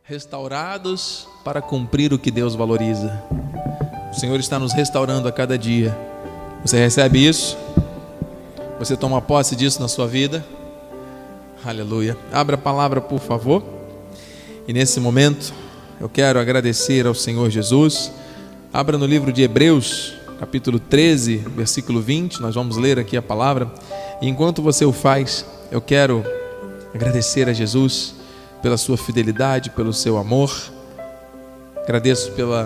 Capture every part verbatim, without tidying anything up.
restaurados para cumprir o que Deus valoriza. O Senhor está nos restaurando a cada dia. Você recebe isso? Você toma posse disso na sua vida? Aleluia. Abra a palavra, por favor. E nesse momento, eu quero agradecer ao Senhor Jesus. Abra no livro de Hebreus, capítulo treze, versículo vinte. Nós vamos ler aqui a palavra. E enquanto você o faz, eu quero agradecer a Jesus pela sua fidelidade, pelo seu amor. Agradeço pela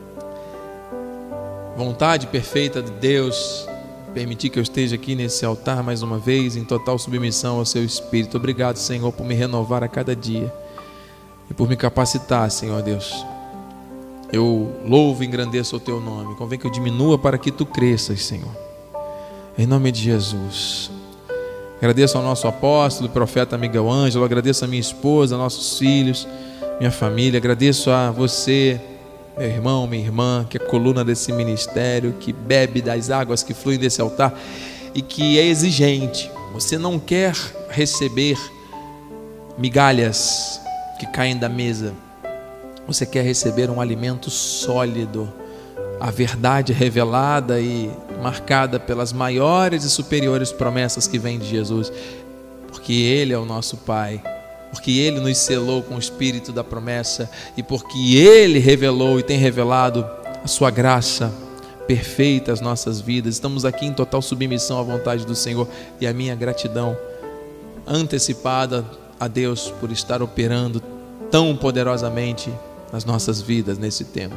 vontade perfeita de Deus permitir que eu esteja aqui nesse altar mais uma vez, em total submissão ao seu Espírito. Obrigado, Senhor, por me renovar a cada dia e por me capacitar, Senhor Deus. Eu louvo e engrandeço o teu nome. Convém que eu diminua para que tu cresças, Senhor, em nome de Jesus. Agradeço ao nosso apóstolo e profeta Miguel Ângelo, agradeço a minha esposa, nossos filhos, minha família, agradeço a você, meu irmão, minha irmã, que é coluna desse ministério, que bebe das águas que fluem desse altar e que é exigente. Você não quer receber migalhas que caem da mesa, você quer receber um alimento sólido, a verdade revelada e marcada pelas maiores e superiores promessas que vêm de Jesus, porque Ele é o nosso Pai, porque Ele nos selou com o Espírito da promessa e porque Ele revelou e tem revelado a sua graça perfeita às nossas vidas. Estamos aqui em total submissão à vontade do Senhor e a minha gratidão antecipada a Deus por estar operando tão poderosamente nas nossas vidas nesse tempo.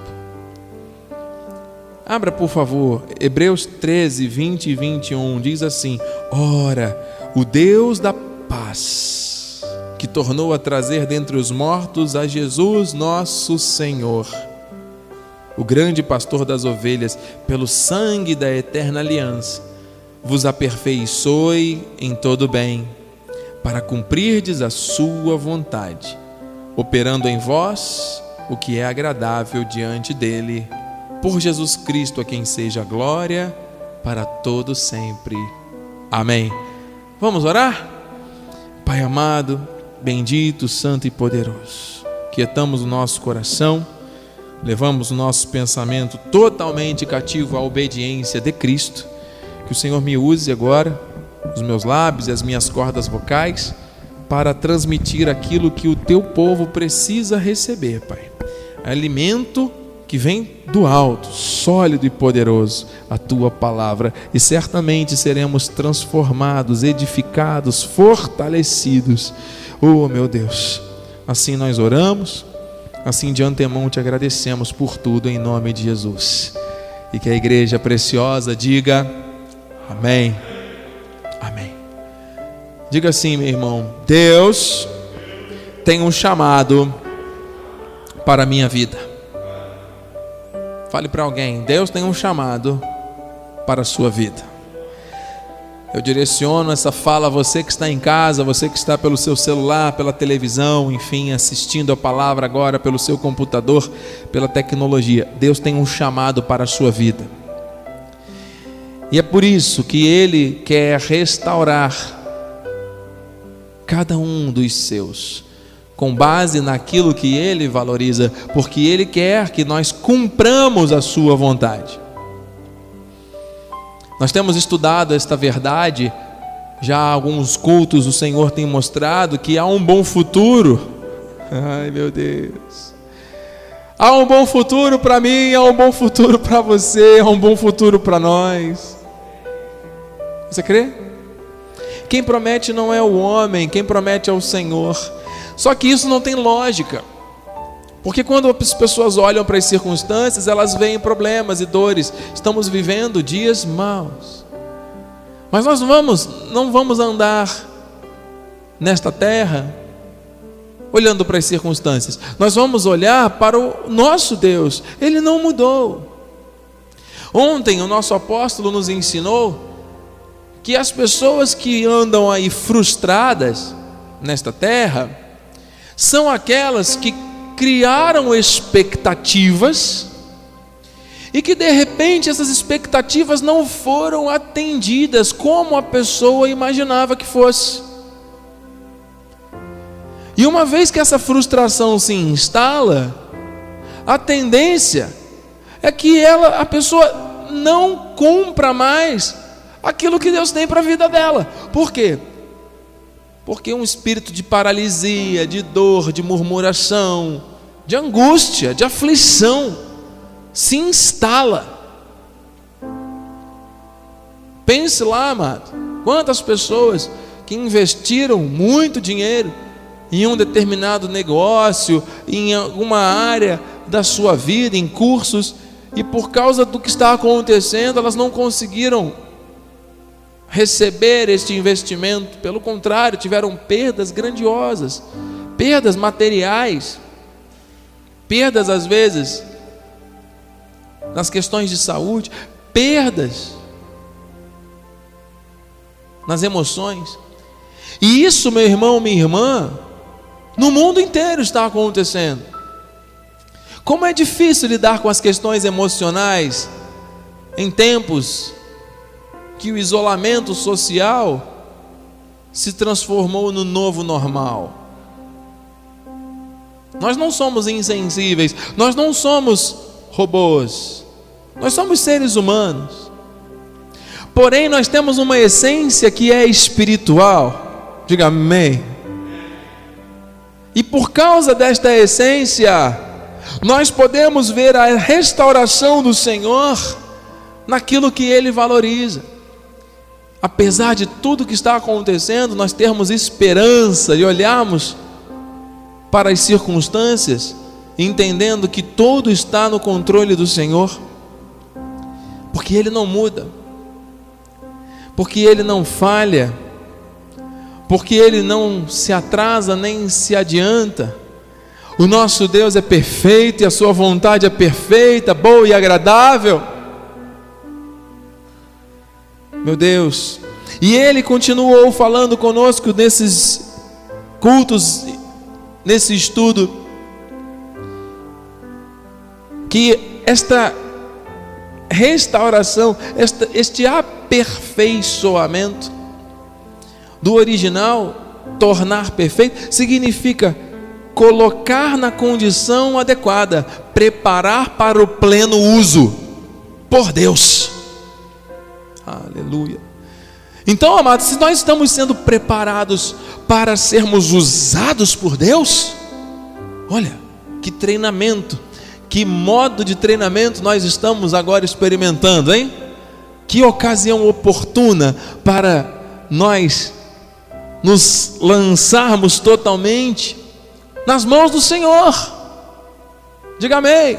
Abra, por favor, Hebreus treze, vinte e vinte e um, diz assim: ora, o Deus da paz, que tornou a trazer dentre os mortos a Jesus nosso Senhor, o grande pastor das ovelhas, pelo sangue da eterna aliança, vos aperfeiçoe em todo bem, para cumprirdes a sua vontade, operando em vós o que é agradável diante dele, por Jesus Cristo, a quem seja a glória para todo sempre. Amém. Vamos orar? Pai amado, bendito, santo e poderoso, quietamos o nosso coração, levamos o nosso pensamento totalmente cativo à obediência de Cristo. Que o Senhor me use agora, os meus lábios e as minhas cordas vocais, para transmitir aquilo que o teu povo precisa receber, Pai. Alimento que vem do alto, sólido e poderoso, a tua palavra, e certamente seremos transformados, edificados, fortalecidos. Oh, meu Deus, assim nós oramos, assim de antemão te agradecemos por tudo, em nome de Jesus. E que a igreja preciosa diga amém. Amém. Diga assim, meu irmão: Deus tem um chamado para a minha vida. Fale para alguém: Deus tem um chamado para a sua vida. Eu direciono essa fala a você que está em casa, você que está pelo seu celular, pela televisão, enfim, assistindo a palavra agora pelo seu computador, pela tecnologia. Deus tem um chamado para a sua vida. E é por isso que Ele quer restaurar cada um dos seus, com base naquilo que Ele valoriza, porque Ele quer que nós cumpramos a sua vontade. Nós temos estudado esta verdade, já há alguns cultos o Senhor tem mostrado que há um bom futuro. Ai, meu Deus, há um bom futuro para mim, há um bom futuro para você, há um bom futuro para nós. Você crê? Quem promete não é o homem, quem promete é o Senhor. Só que isso não tem lógica, porque quando as pessoas olham para as circunstâncias, elas veem problemas e dores. Estamos vivendo dias maus, mas nós não vamos, não vamos andar nesta terra olhando para as circunstâncias. Nós vamos olhar para o nosso Deus. Ele não mudou. Ontem o nosso apóstolo nos ensinou que as pessoas que andam aí frustradas nesta terra são aquelas que criaram expectativas e que de repente essas expectativas não foram atendidas como a pessoa imaginava que fosse. E uma vez que essa frustração se instala, a tendência é que ela, a pessoa não cumpra mais aquilo que Deus tem para a vida dela. Por quê? Porque um espírito de paralisia, de dor, de murmuração, de angústia, de aflição se instala. Pense lá, amado, quantas pessoas que investiram muito dinheiro em um determinado negócio, em alguma área da sua vida, em cursos, e por causa do que está acontecendo, elas não conseguiram receber este investimento. Pelo contrário, tiveram perdas grandiosas, perdas materiais, perdas às vezes nas questões de saúde, perdas nas emoções. E isso, meu irmão, minha irmã, no mundo inteiro está acontecendo. Como é difícil lidar com as questões emocionais em tempos que o isolamento social se transformou no novo normal. Nós não somos insensíveis, nós não somos robôs, nós somos seres humanos. Porém, nós temos uma essência que é espiritual. Diga amém. E por causa desta essência, nós podemos ver a restauração do Senhor naquilo que Ele valoriza. Apesar de tudo que está acontecendo, nós termos esperança e olharmos para as circunstâncias, entendendo que tudo está no controle do Senhor, porque Ele não muda, porque Ele não falha, porque Ele não se atrasa nem se adianta. O nosso Deus é perfeito e a sua vontade é perfeita, boa e agradável. Meu Deus, e Ele continuou falando conosco nesses cultos, nesse estudo, que esta restauração, esta, este aperfeiçoamento do original, tornar perfeito, significa colocar na condição adequada, preparar para o pleno uso por Deus. Aleluia. Então, amados, se nós estamos sendo preparados para sermos usados por Deus, olha, que treinamento, que modo de treinamento nós estamos agora experimentando, hein? Que ocasião oportuna para nós nos lançarmos totalmente nas mãos do Senhor. Diga amém.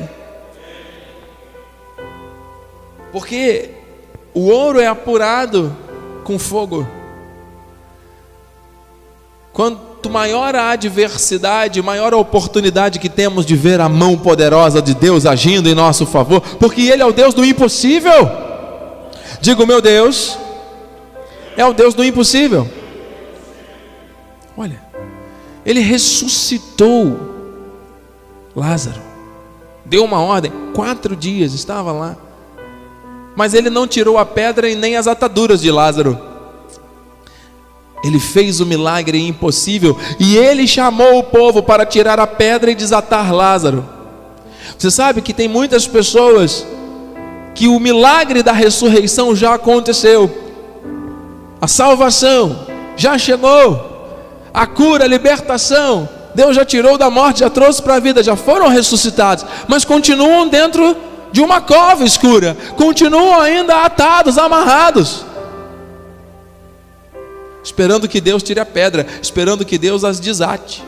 Porque o ouro é apurado com fogo. Quanto maior a adversidade, maior a oportunidade que temos de ver a mão poderosa de Deus agindo em nosso favor, porque Ele é o Deus do impossível. Digo, meu Deus é o Deus do impossível. Olha, Ele ressuscitou Lázaro, deu uma ordem, quatro dias estava lá, mas Ele não tirou a pedra e nem as ataduras de Lázaro. Ele fez o milagre impossível e Ele chamou o povo para tirar a pedra e desatar Lázaro. Você sabe que tem muitas pessoas que o milagre da ressurreição já aconteceu, a salvação já chegou, a cura, a libertação, Deus já tirou da morte, já trouxe para a vida, já foram ressuscitados, mas continuam dentro de uma cova escura, continuam ainda atados, amarrados, esperando que Deus tire a pedra, esperando que Deus as desate.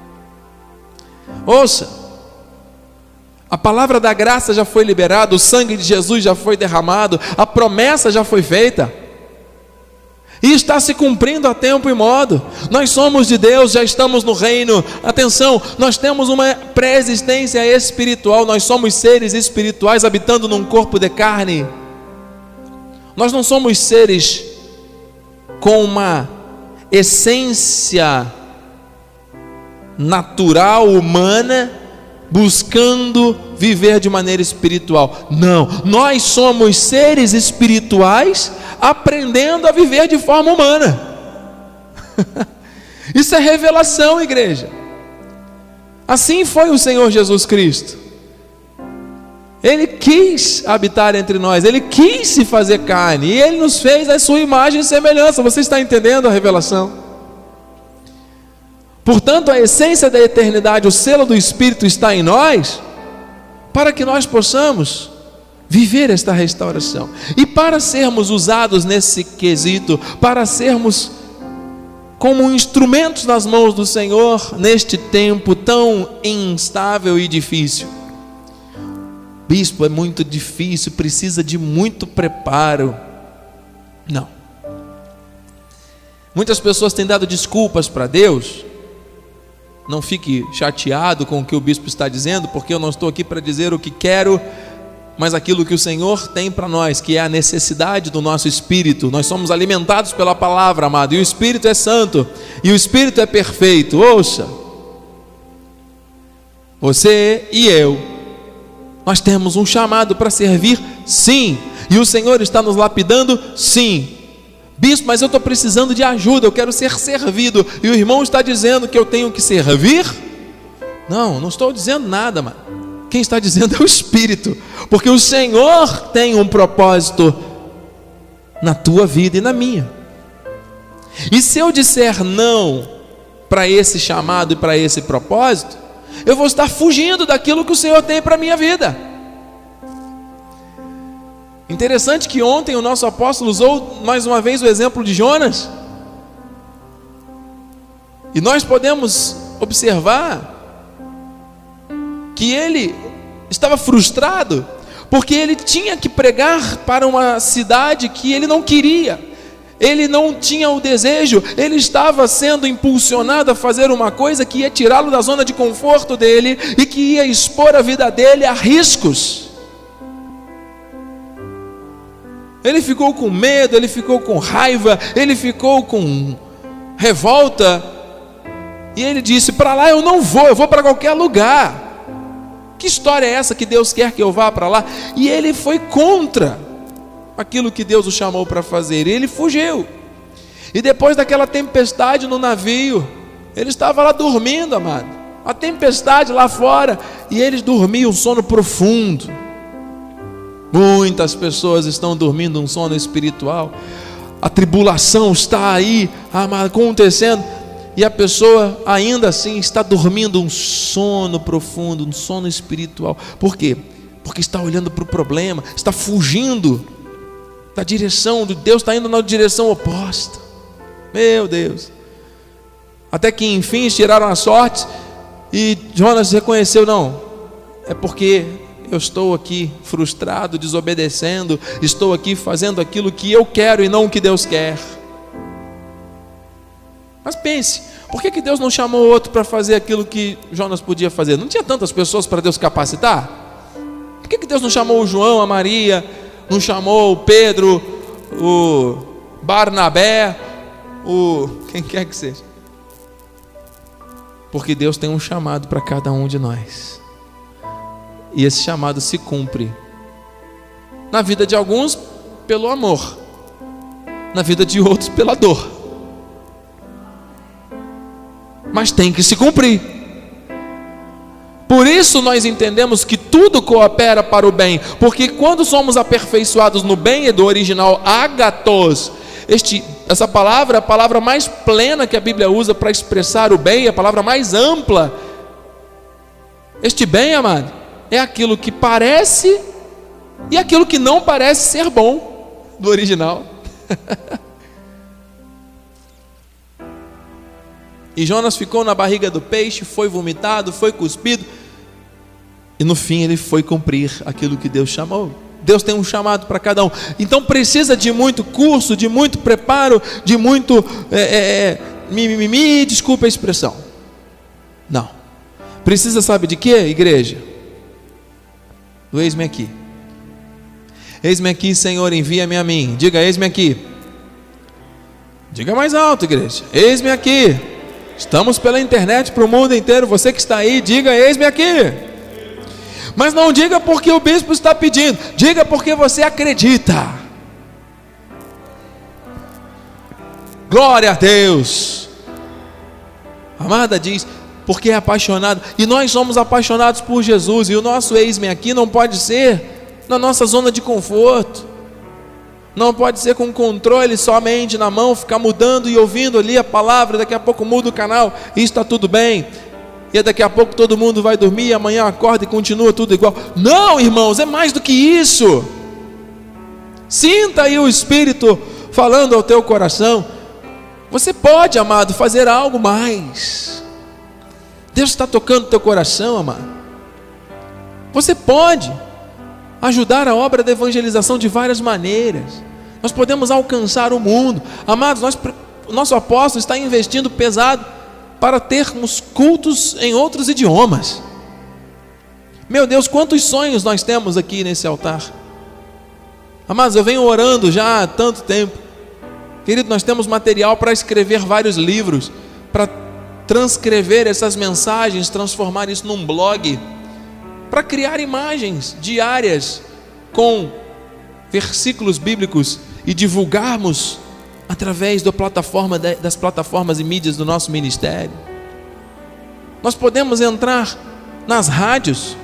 Ouça, a palavra da graça já foi liberada, o sangue de Jesus já foi derramado, a promessa já foi feita, e está se cumprindo a tempo e modo. Nós somos de Deus, já estamos no reino. Atenção, nós temos uma pré-existência espiritual, nós somos seres espirituais habitando num corpo de carne. Nós não somos seres com uma essência natural, humana, buscando viver de maneira espiritual. Não, nós somos seres espirituais aprendendo a viver de forma humana. Isso é revelação, igreja. Assim foi o Senhor Jesus Cristo. Ele quis habitar entre nós, Ele quis se fazer carne, e Ele nos fez a sua imagem e semelhança. Você está entendendo a revelação? Portanto, a essência da eternidade, o selo do Espírito está em nós, para que nós possamos viver esta restauração. E para sermos usados nesse quesito, para sermos como instrumentos nas mãos do Senhor, neste tempo tão instável e difícil. Bispo, é muito difícil, precisa de muito preparo. Não. Muitas pessoas têm dado desculpas para Deus. Não fique chateado com o que o bispo está dizendo, porque eu não estou aqui para dizer o que quero, mas aquilo que o Senhor tem para nós, que é a necessidade do nosso espírito. Nós somos alimentados pela palavra, amado, e o Espírito é santo, e o Espírito é perfeito. Ouça, você e eu, nós temos um chamado para servir, sim, e o Senhor está nos lapidando, sim. Bispo, mas eu estou precisando de ajuda, eu quero ser servido, e o irmão está dizendo que eu tenho que servir? Não, não estou dizendo nada, mano. Quem está dizendo é o Espírito, porque o Senhor tem um propósito na tua vida e na minha. E se eu disser não para esse chamado e para esse propósito, eu vou estar fugindo daquilo que o Senhor tem para a minha vida. Interessante que ontem o nosso apóstolo usou mais uma vez o exemplo de Jonas, e nós podemos observar que ele estava frustrado, porque ele tinha que pregar para uma cidade que ele não queria, ele não tinha o desejo, ele estava sendo impulsionado a fazer uma coisa que ia tirá-lo da zona de conforto dele, e que ia expor a vida dele a riscos. Ele ficou com medo, ele ficou com raiva, ele ficou com revolta, e ele disse: para lá eu não vou, eu vou para qualquer lugar. Que história é essa que Deus quer que eu vá para lá? E ele foi contra aquilo que Deus o chamou para fazer, e ele fugiu. E depois daquela tempestade no navio, ele estava lá dormindo, amado, a tempestade lá fora, e eles dormiam um sono profundo. Muitas pessoas estão dormindo um sono espiritual, a tribulação está aí acontecendo, e a pessoa ainda assim está dormindo um sono profundo, um sono espiritual. Por quê? Porque está olhando para o problema, está fugindo da direção de Deus, está indo na direção oposta. Meu Deus! Até que enfim tiraram a sorte, e Jonas reconheceu: não, é porque eu estou aqui frustrado, desobedecendo, estou aqui fazendo aquilo que eu quero e não o que Deus quer. Mas pense, por que que Deus não chamou outro para fazer aquilo que Jonas podia fazer? Não tinha tantas pessoas para Deus capacitar? Por que que Deus não chamou o João, a Maria, não chamou o Pedro, o Barnabé, o quem quer que seja? Porque Deus tem um chamado para cada um de nós, e esse chamado se cumpre na vida de alguns pelo amor, na vida de outros pela dor, mas tem que se cumprir. Por isso nós entendemos que tudo coopera para o bem, porque quando somos aperfeiçoados no bem, é do original agathos. Este, essa palavra é a palavra mais plena que a Bíblia usa para expressar o bem, é a palavra mais ampla. Este bem, amado, é aquilo que parece e aquilo que não parece ser bom, do original. E Jonas ficou na barriga do peixe, foi vomitado, foi cuspido, e no fim ele foi cumprir aquilo que Deus chamou. Deus tem um chamado para cada um. Então precisa de muito curso, de muito preparo, de muito é, é, mimimi, desculpa a expressão. Não. Precisa, sabe de quê, igreja? Do eis-me aqui. Eis-me aqui, Senhor, envia-me a mim. Diga: eis-me aqui. Diga mais alto, igreja: eis-me aqui. Estamos pela internet para o mundo inteiro. Você que está aí, diga: eis-me aqui. Mas não diga porque o bispo está pedindo, diga porque você acredita. Glória a Deus. Amada diz, porque é apaixonado, e nós somos apaixonados por Jesus, e o nosso eis-me aqui não pode ser na nossa zona de conforto, não pode ser com controle somente na mão, ficar mudando e ouvindo ali a palavra, daqui a pouco muda o canal, e está tudo bem, e daqui a pouco todo mundo vai dormir, e amanhã acorda e continua tudo igual. Não, irmãos, é mais do que isso. Sinta aí o Espírito falando ao teu coração. Você pode, amado, fazer algo mais. Deus está tocando o teu coração, amado. Você pode ajudar a obra da evangelização de várias maneiras. Nós podemos alcançar o mundo. Amados, nós, o nosso apóstolo está investindo pesado para termos cultos em outros idiomas. Meu Deus, quantos sonhos nós temos aqui nesse altar. Amados, eu venho orando já há tanto tempo. Querido, nós temos material para escrever vários livros, para transcrever essas mensagens, transformar isso num blog, para criar imagens diárias com versículos bíblicos e divulgarmos através da plataforma, das plataformas e mídias do nosso ministério. Nós podemos entrar nas rádios,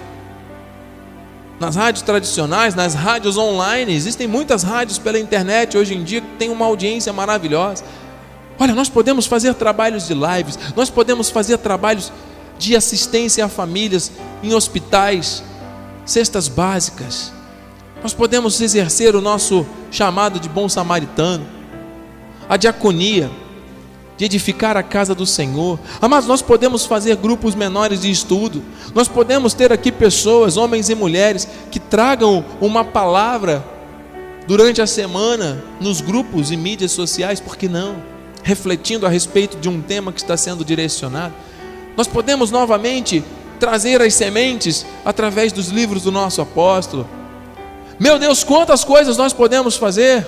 nas rádios tradicionais, nas rádios online. Existem muitas rádios pela internet hoje em dia que tem uma audiência maravilhosa. Olha, nós podemos fazer trabalhos de lives, nós podemos fazer trabalhos de assistência a famílias em hospitais, cestas básicas. Nós podemos exercer o nosso chamado de bom samaritano, a diaconia, de edificar a casa do Senhor. Mas nós podemos fazer grupos menores de estudo, nós podemos ter aqui pessoas, homens e mulheres, que tragam uma palavra durante a semana nos grupos e mídias sociais, por que não? Refletindo a respeito de um tema que está sendo direcionado. Nós podemos novamente trazer as sementes através dos livros do nosso apóstolo. Meu Deus, quantas coisas nós podemos fazer.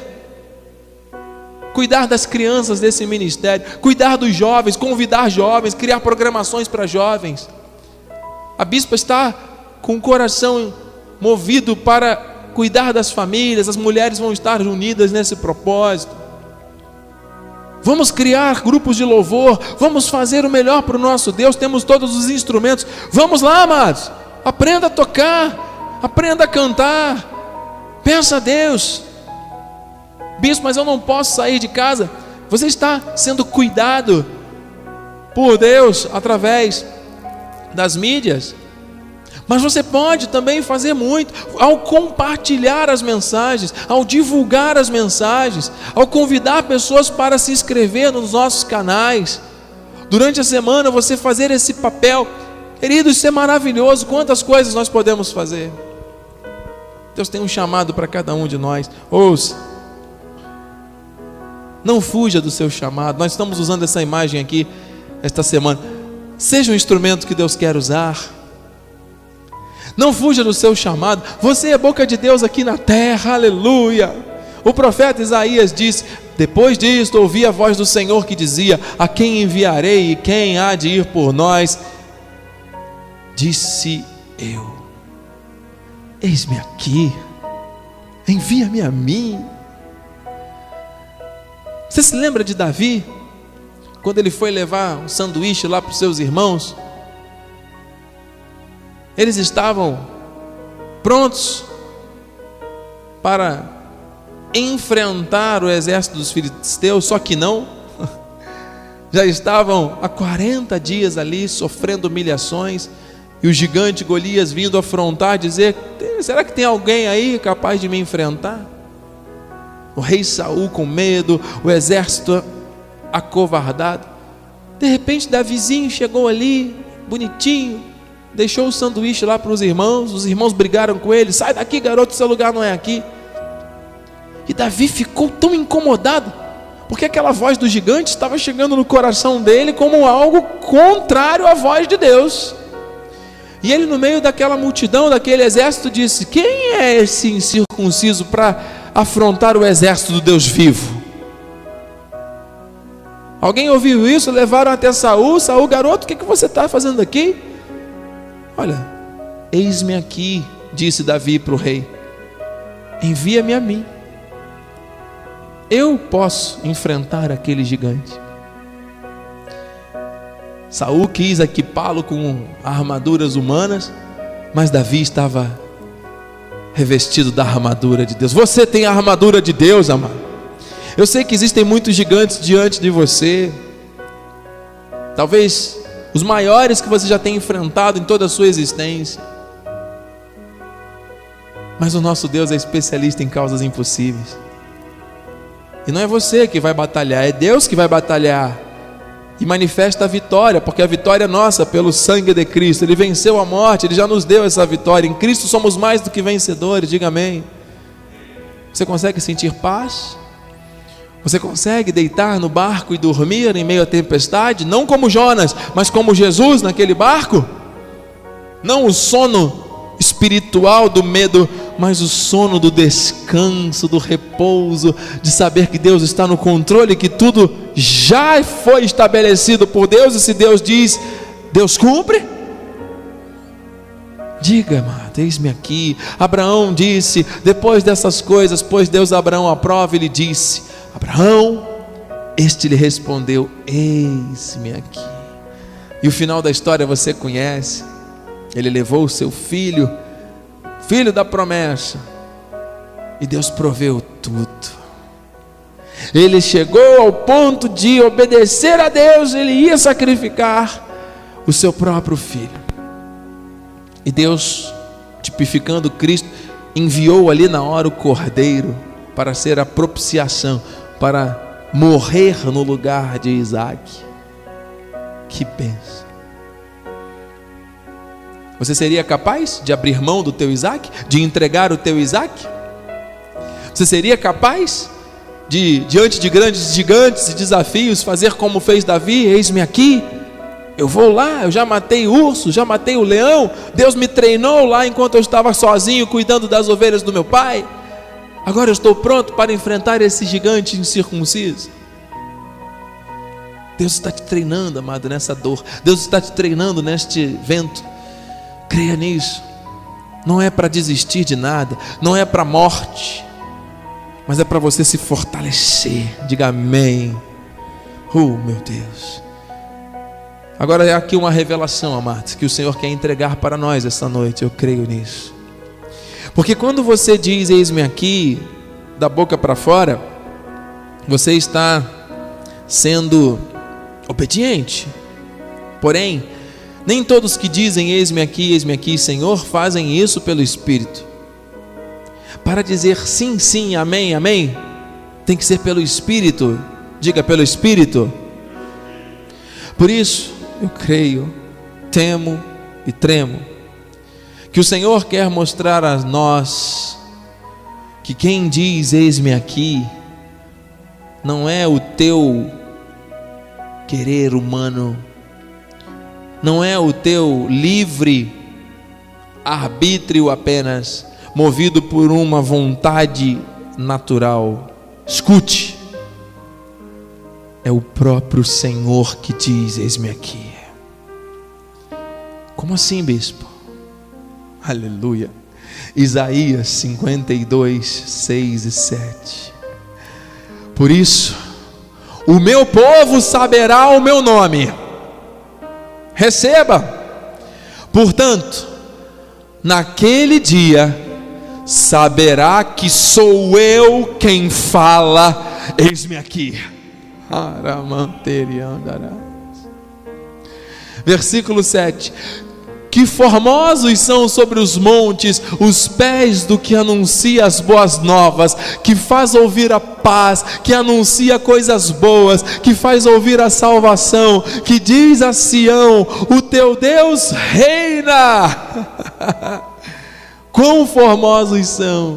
Cuidar das crianças desse ministério, cuidar dos jovens, convidar jovens, criar programações para jovens. A bispa está com o coração movido para cuidar das famílias, as mulheres vão estar unidas nesse propósito. Vamos criar grupos de louvor, vamos fazer o melhor para o nosso Deus, temos todos os instrumentos. Vamos lá, amados, aprenda a tocar, aprenda a cantar, peça a Deus. Bispo, mas eu não posso sair de casa. Você está sendo cuidado por Deus através das mídias, mas você pode também fazer muito ao compartilhar as mensagens, ao divulgar as mensagens, ao convidar pessoas para se inscrever nos nossos canais. Durante a semana você fazer esse papel, querido, isso é maravilhoso. Quantas coisas nós podemos fazer. Deus tem um chamado para cada um de nós. Ouça, não fuja do seu chamado. Nós estamos usando essa imagem aqui esta semana. Seja um instrumento que Deus quer usar. Não fuja do seu chamado. Você é boca de Deus aqui na terra, aleluia. O profeta Isaías disse: depois disto ouvi a voz do Senhor que dizia: a quem enviarei e quem há de ir por nós? Disse eu: eis-me aqui, envia-me a mim. Você se lembra de Davi? Quando ele foi levar um sanduíche lá para os seus irmãos, eles estavam prontos para enfrentar o exército dos filisteus, só que não, já estavam há quarenta dias ali sofrendo humilhações, e o gigante Golias vindo afrontar, dizer: será que tem alguém aí capaz de me enfrentar? O rei Saul com medo, o exército acovardado. De repente Davizinho chegou ali, bonitinho, deixou o sanduíche lá para os irmãos. Os irmãos brigaram com ele: sai daqui, garoto, seu lugar não é aqui. E Davi ficou tão incomodado, porque aquela voz do gigante estava chegando no coração dele como algo contrário à voz de Deus. E ele, no meio daquela multidão, daquele exército, disse: quem é esse incircunciso para afrontar o exército do Deus vivo? Alguém ouviu isso? Levaram até Saul. Saul: garoto, o que, que você está fazendo aqui? Olha, eis-me aqui, disse Davi para o rei, envia-me a mim, eu posso enfrentar aquele gigante. Saul quis equipá-lo com armaduras humanas, mas Davi estava revestido da armadura de Deus. Você tem a armadura de Deus, amado. Eu sei que existem muitos gigantes diante de você, talvez os maiores que você já tenha enfrentado em toda a sua existência, mas o nosso Deus é especialista em causas impossíveis. E não é você que vai batalhar, é Deus que vai batalhar e manifesta a vitória, porque a vitória é nossa pelo sangue de Cristo. Ele venceu a morte, Ele já nos deu essa vitória. Em Cristo somos mais do que vencedores, diga amém. Você consegue sentir paz? Você consegue deitar no barco e dormir em meio à tempestade? Não como Jonas, mas como Jesus naquele barco? Não o sono espiritual do medo, mas o sono do descanso, do repouso, de saber que Deus está no controle, que tudo já foi estabelecido por Deus, e se Deus diz, Deus cumpre. Diga, amado, eis-me aqui. Abraão disse, depois dessas coisas, pôs Deus a Abraão à prova, ele disse, Abraão, este lhe respondeu, eis-me aqui. E o final da história você conhece. Ele levou o seu filho, filho da promessa, e Deus proveu tudo. Ele chegou ao ponto de obedecer a Deus, ele ia sacrificar o seu próprio filho. E Deus, tipificando Cristo, enviou ali na hora o cordeiro para ser a propiciação, para morrer no lugar de Isaac. Que bênção! Você seria capaz de abrir mão do teu Isaac? De entregar o teu Isaac? Você seria capaz de, diante de grandes gigantes e desafios, fazer como fez Davi? Eis-me aqui, eu vou lá, eu já matei o urso, já matei o leão, Deus me treinou lá enquanto eu estava sozinho cuidando das ovelhas do meu pai, agora eu estou pronto para enfrentar esse gigante incircunciso. Deus está te treinando, amado, nessa dor. Deus está te treinando neste vento. Creia nisso. Não é para desistir de nada, não é para a morte, mas é para você se fortalecer. Diga amém. Oh, meu Deus. Agora é aqui uma revelação, amados, que o Senhor quer entregar para nós essa noite. Eu creio nisso. Porque quando você diz eis-me aqui, da boca para fora, você está sendo obediente. Porém, nem todos que dizem eis-me aqui, eis-me aqui, Senhor, fazem isso pelo Espírito. Para dizer sim, sim, amém, amém, tem que ser pelo Espírito. Diga, pelo Espírito. Por isso, eu creio, temo e tremo que o Senhor quer mostrar a nós que quem diz eis-me aqui não é o teu querer humano, não é o teu livre arbítrio apenas, movido por uma vontade natural. Escute, é o próprio Senhor que diz eis-me aqui. Como assim, bispo? Aleluia. Isaías cinquenta e dois, seis e sete. Por isso, o meu povo saberá o meu nome. Receba. Portanto, naquele dia saberá que sou eu quem fala, eis-me aqui. Versículo sete. Que formosos são sobre os montes os pés do que anuncia as boas novas, que faz ouvir a paz, que anuncia coisas boas, que faz ouvir a salvação, que diz a Sião, o teu Deus reina. Quão formosos são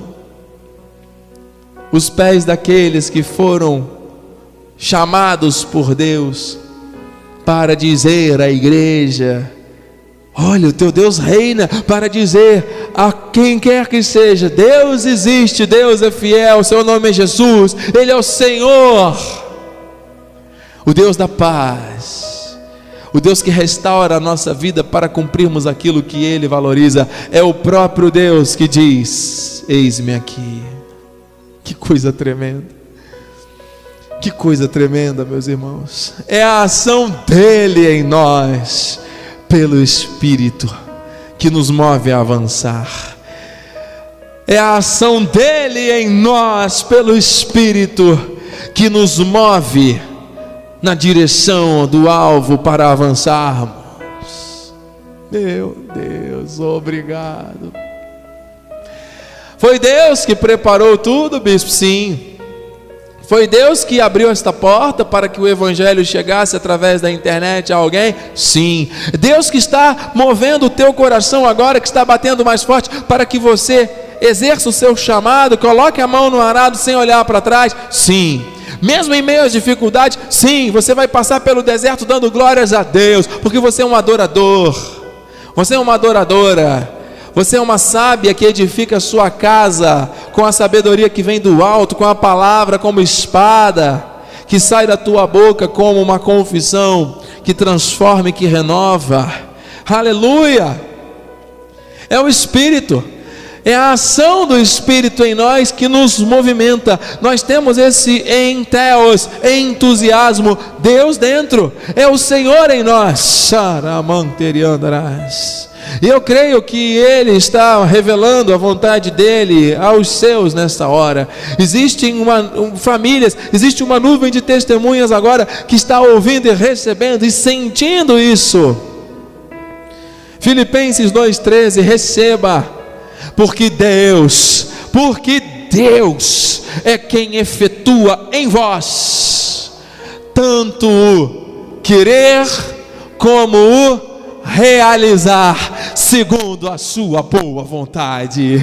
os pés daqueles que foram chamados por Deus para dizer à igreja: olha, o teu Deus reina, para dizer a quem quer que seja: Deus existe, Deus é fiel, seu nome é Jesus, Ele é o Senhor, o Deus da paz, o Deus que restaura a nossa vida para cumprirmos aquilo que Ele valoriza. É o próprio Deus que diz: eis-me aqui. Que coisa tremenda, Que coisa tremenda, meus irmãos. É a ação dele em nós, pelo Espírito, que nos move a avançar. É a ação dele em nós, pelo Espírito, que nos move na direção do alvo para avançarmos. Meu Deus, obrigado. Foi Deus que preparou tudo, bispo? Sim. Foi Deus que abriu esta porta para que o Evangelho chegasse através da internet a alguém? Sim. Deus que está movendo o teu coração agora, que está batendo mais forte, para que você exerça o seu chamado, coloque a mão no arado sem olhar para trás? Sim. Mesmo em meio às dificuldades? Sim. Você vai passar pelo deserto dando glórias a Deus, porque você é um adorador, você é uma adoradora. Você é uma sábia que edifica a sua casa com a sabedoria que vem do alto, com a palavra como espada, que sai da tua boca como uma confissão, que transforma e que renova. Aleluia! É o Espírito, é a ação do Espírito em nós que nos movimenta. Nós temos esse enteos, entusiasmo, Deus dentro, é o Senhor em nós. Saramanteriandarás. E eu creio que Ele está revelando a vontade dEle aos seus nesta hora. Existem uma, um, famílias, existe uma nuvem de testemunhas agora que está ouvindo e recebendo e sentindo isso. Filipenses dois, treze, receba, porque Deus, porque Deus é quem efetua em vós, tanto o querer como o realizar, segundo a sua boa vontade.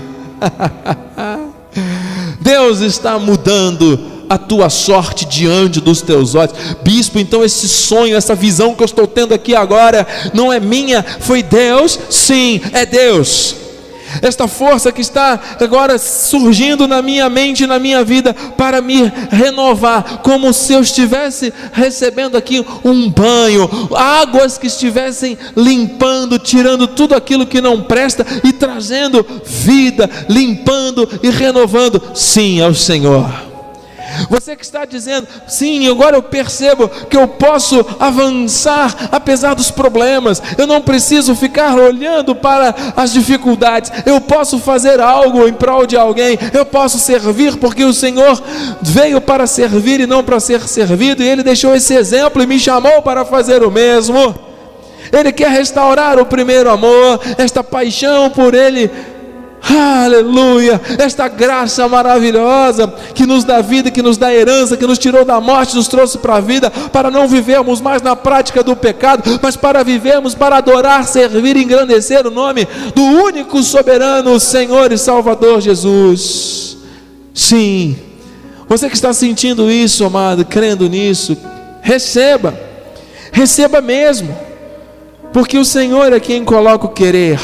Deus está mudando a tua sorte diante dos teus olhos. Bispo, então esse sonho, essa visão que eu estou tendo aqui agora, não é minha, foi Deus? Sim, é Deus. Esta força que está agora surgindo na minha mente, na minha vida, para me renovar, como se eu estivesse recebendo aqui um banho, águas que estivessem limpando, tirando tudo aquilo que não presta e trazendo vida, limpando e renovando. Sim, é o Senhor. Você que está dizendo, sim, agora eu percebo que eu posso avançar apesar dos problemas, eu não preciso ficar olhando para as dificuldades, eu posso fazer algo em prol de alguém, eu posso servir, porque o Senhor veio para servir e não para ser servido, e Ele deixou esse exemplo e me chamou para fazer o mesmo. Ele quer restaurar o primeiro amor, esta paixão por Ele. Aleluia, esta graça maravilhosa que nos dá vida, que nos dá herança, que nos tirou da morte, nos trouxe para a vida, para não vivermos mais na prática do pecado, mas para vivermos, para adorar, servir e engrandecer o nome do único soberano Senhor e Salvador Jesus. Sim, você que está sentindo isso, amado, crendo nisso, receba, receba mesmo, porque o Senhor é quem coloca o querer,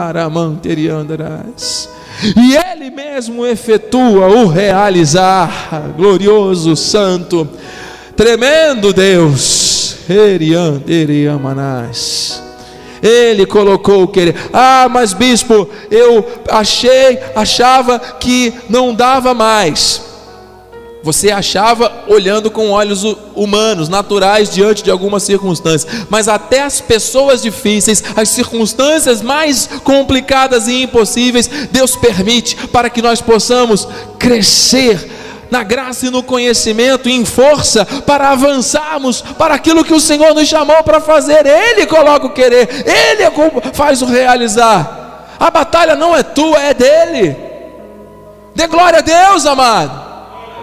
e Ele mesmo efetua o realizar. Glorioso, santo, tremendo Deus, Ele colocou o querer. Ah, mas bispo, eu achei, achava que não dava mais. Você achava olhando com olhos humanos, naturais, diante de algumas circunstâncias, mas até as pessoas difíceis, as circunstâncias mais complicadas e impossíveis, Deus permite para que nós possamos crescer na graça e no conhecimento e em força para avançarmos para aquilo que o Senhor nos chamou para fazer. Ele coloca o querer, Ele faz o realizar. A batalha não é tua, é dele. Dê glória a Deus, amado.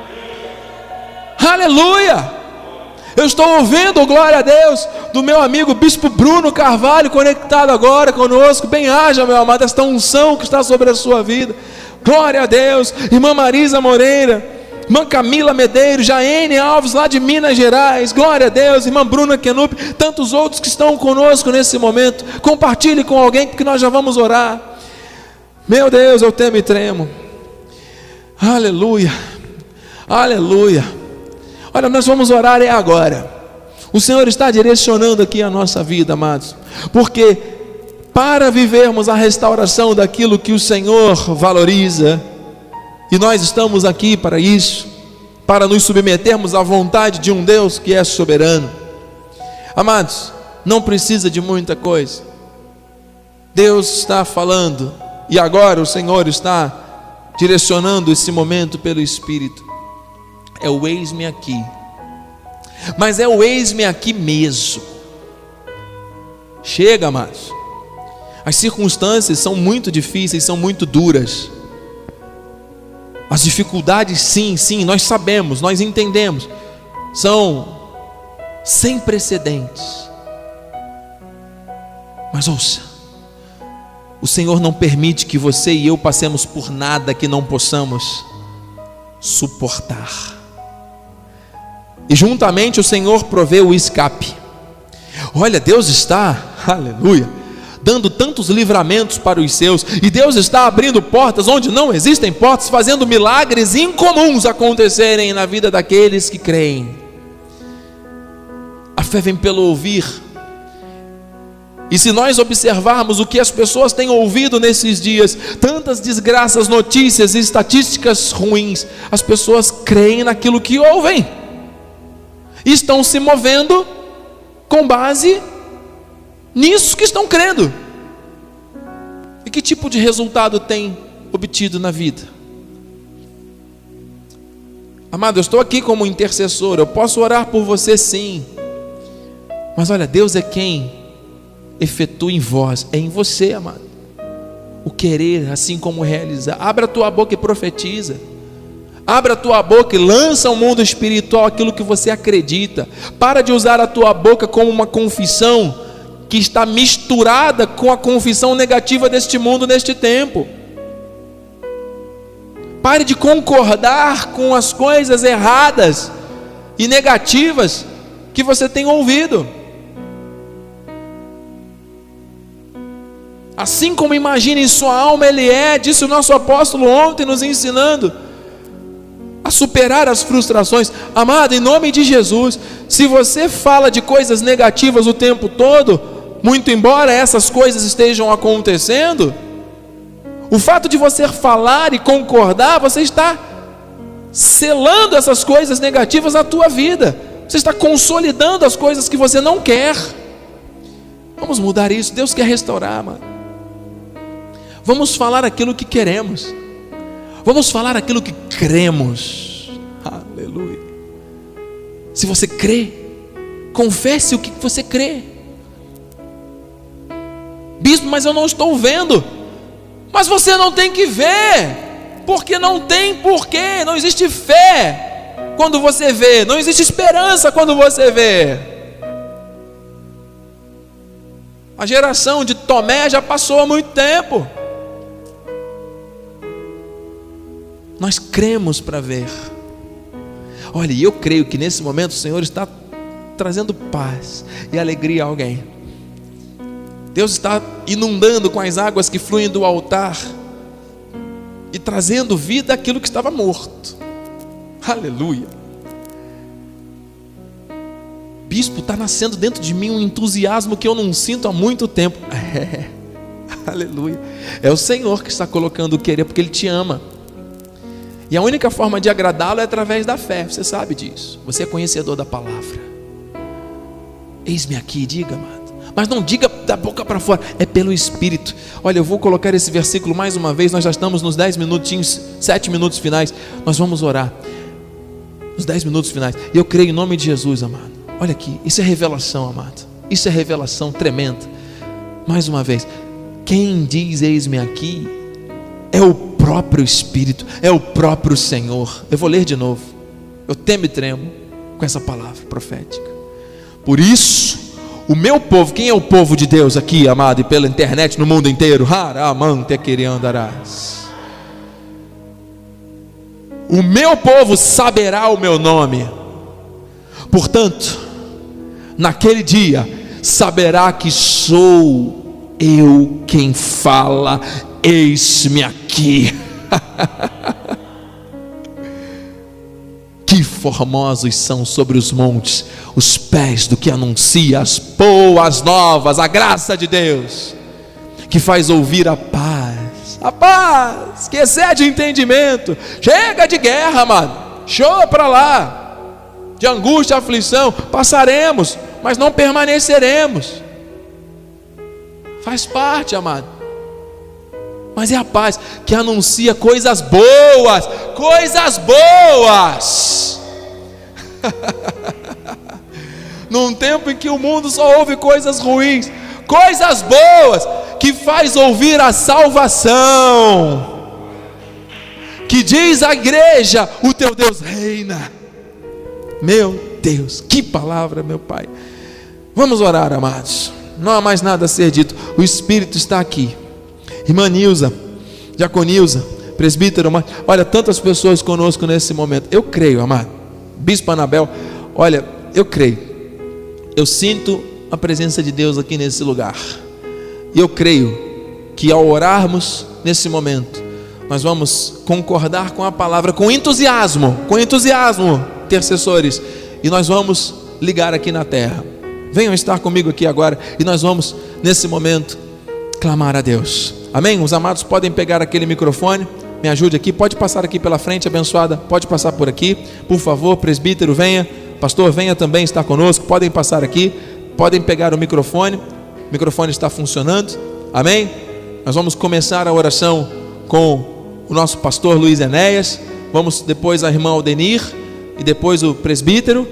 Aleluia! Eu estou ouvindo, glória a Deus, do meu amigo Bispo Bruno Carvalho, conectado agora conosco. Bem-haja, meu amado, esta unção que está sobre a sua vida. Glória a Deus. Irmã Marisa Moreira, irmã Camila Medeiros, Jaene Alves lá de Minas Gerais, glória a Deus. Irmã Bruna Kenup, tantos outros que estão conosco nesse momento. Compartilhe com alguém, porque nós já vamos orar. Meu Deus, eu temo e tremo. Aleluia, aleluia. Olha, nós vamos orar é agora. O Senhor está direcionando aqui a nossa vida, amados, porque para vivermos a restauração daquilo que o Senhor valoriza, e nós estamos aqui para isso, para nos submetermos à vontade de um Deus que é soberano. Amados, não precisa de muita coisa. Deus está falando, e agora o Senhor está direcionando esse momento pelo Espírito. É o eis-me aqui, mas é o eis-me aqui mesmo. Chega, amados. As circunstâncias são muito difíceis, são muito duras. As dificuldades, sim, sim, nós sabemos, nós entendemos, são sem precedentes. Mas ouça, o Senhor não permite que você e eu passemos por nada que não possamos suportar. E juntamente o Senhor provê o escape. Olha, Deus está, aleluia, dando tantos livramentos para os seus, e Deus está abrindo portas onde não existem portas, fazendo milagres incomuns acontecerem na vida daqueles que creem. A fé vem pelo ouvir, e se nós observarmos o que as pessoas têm ouvido nesses dias, tantas desgraças, notícias e estatísticas ruins, as pessoas creem naquilo que ouvem, e estão se movendo com base nisso que estão crendo. E que tipo de resultado tem obtido na vida? Amado, eu estou aqui como intercessor, eu posso orar por você sim, mas olha, Deus é quem efetua em vós, é em você, amado, o querer assim como o realizar. Abra a tua boca e profetiza. Abra a tua boca e lança ao mundo espiritual aquilo que você acredita. Para de usar a tua boca como uma confissão que está misturada com a confissão negativa deste mundo neste tempo. Pare de concordar com as coisas erradas e negativas que você tem ouvido. Assim como imagina em sua alma ele é, disse o nosso apóstolo ontem nos ensinando a superar as frustrações. Amado, em nome de Jesus, se você fala de coisas negativas o tempo todo, muito embora essas coisas estejam acontecendo, o fato de você falar e concordar, você está selando essas coisas negativas na tua vida, você está consolidando as coisas que você não quer. Vamos mudar isso. Deus quer restaurar, mano. Vamos falar aquilo que queremos, vamos falar aquilo que cremos. Aleluia. Se você crê, confesse o que você crê. Bispo, mas eu não estou vendo. Mas você não tem que ver, porque não tem porquê. Não existe fé quando você vê, não existe esperança quando você vê. A geração de Tomé já passou há muito tempo. Nós cremos para ver. Olha, e eu creio que nesse momento o Senhor está trazendo paz e alegria a alguém. Deus está inundando com as águas que fluem do altar e trazendo vida àquilo que estava morto. Aleluia. Bispo, está nascendo dentro de mim um entusiasmo que eu não sinto há muito tempo. É, aleluia. É o Senhor que está colocando o querer, porque Ele te ama. E a única forma de agradá-lo é através da fé. Você sabe disso. Você é conhecedor da palavra. Eis-me aqui, diga, amado. Mas não diga da boca para fora, é pelo Espírito. Olha, eu vou colocar esse versículo mais uma vez. Nós já estamos nos dez minutinhos, sete minutos finais. Nós vamos orar nos dez minutos finais. E eu creio em nome de Jesus, amado. Olha aqui, isso é revelação, amado. Isso é revelação tremenda. Mais uma vez, quem diz eis-me aqui é o próprio Espírito, é o próprio Senhor. Eu vou ler de novo. Eu temo e tremo com essa palavra profética. Por isso, o meu povo, quem é o povo de Deus aqui, amado, e pela internet no mundo inteiro? O meu povo saberá o meu nome. Portanto, naquele dia saberá que sou eu quem fala. Eis-me aqui. Que formosos são sobre os montes os pés do que anuncia as boas novas, a graça de Deus, que faz ouvir a paz, a paz que excede o entendimento. Chega de guerra, amado. chora para lá, de angústia, aflição, passaremos, mas não permaneceremos. Faz parte, amado. Mas é a paz que anuncia coisas boas, coisas boas. Num tempo em que o mundo só ouve coisas ruins, coisas boas, que faz ouvir a salvação, que diz à igreja: o teu Deus reina. Meu Deus, que palavra, meu Pai. Vamos orar, amados. Não há mais nada a ser dito. O Espírito está aqui. Irmã Nilza, Diaconilza, presbítero, olha, tantas pessoas conosco nesse momento. Eu creio, amado. Bispo Anabel, olha, eu creio. Eu sinto a presença de Deus aqui nesse lugar. E eu creio que ao orarmos nesse momento, nós vamos concordar com a palavra, com entusiasmo, com entusiasmo, intercessores, e nós vamos ligar aqui na terra. Venham estar comigo aqui agora, e nós vamos, nesse momento, clamar a Deus. Amém? Os amados podem pegar aquele microfone, me ajude aqui, pode passar aqui pela frente, abençoada, pode passar por aqui, por favor, presbítero, venha, pastor, venha também estar conosco, podem passar aqui, podem pegar o microfone, o microfone está funcionando, amém? Nós vamos começar a oração com o nosso pastor Luiz Enéas, vamos depois a irmã Aldenir, e depois o presbítero,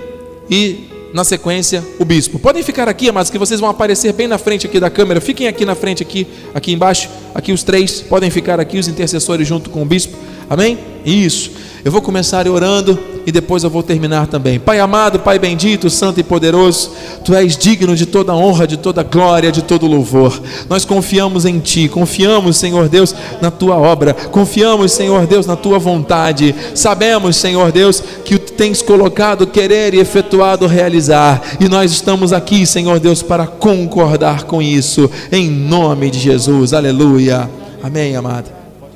e na sequência o bispo. Podem ficar aqui, amados, que vocês vão aparecer bem na frente aqui da câmera. Fiquem aqui na frente, aqui, aqui embaixo, aqui os três, podem ficar aqui os intercessores junto com o bispo, amém? Isso, eu vou começar orando e depois eu vou terminar também. Pai amado, Pai bendito, santo e poderoso, Tu és digno de toda honra, de toda glória, de todo louvor. Nós confiamos em Ti, confiamos, Senhor Deus, na Tua obra, confiamos, Senhor Deus, na Tua vontade. Sabemos, Senhor Deus, que Tu tens colocado querer e efetuado realizar, e nós estamos aqui, Senhor Deus, para concordar com isso, em nome de Jesus, aleluia, amém, amado.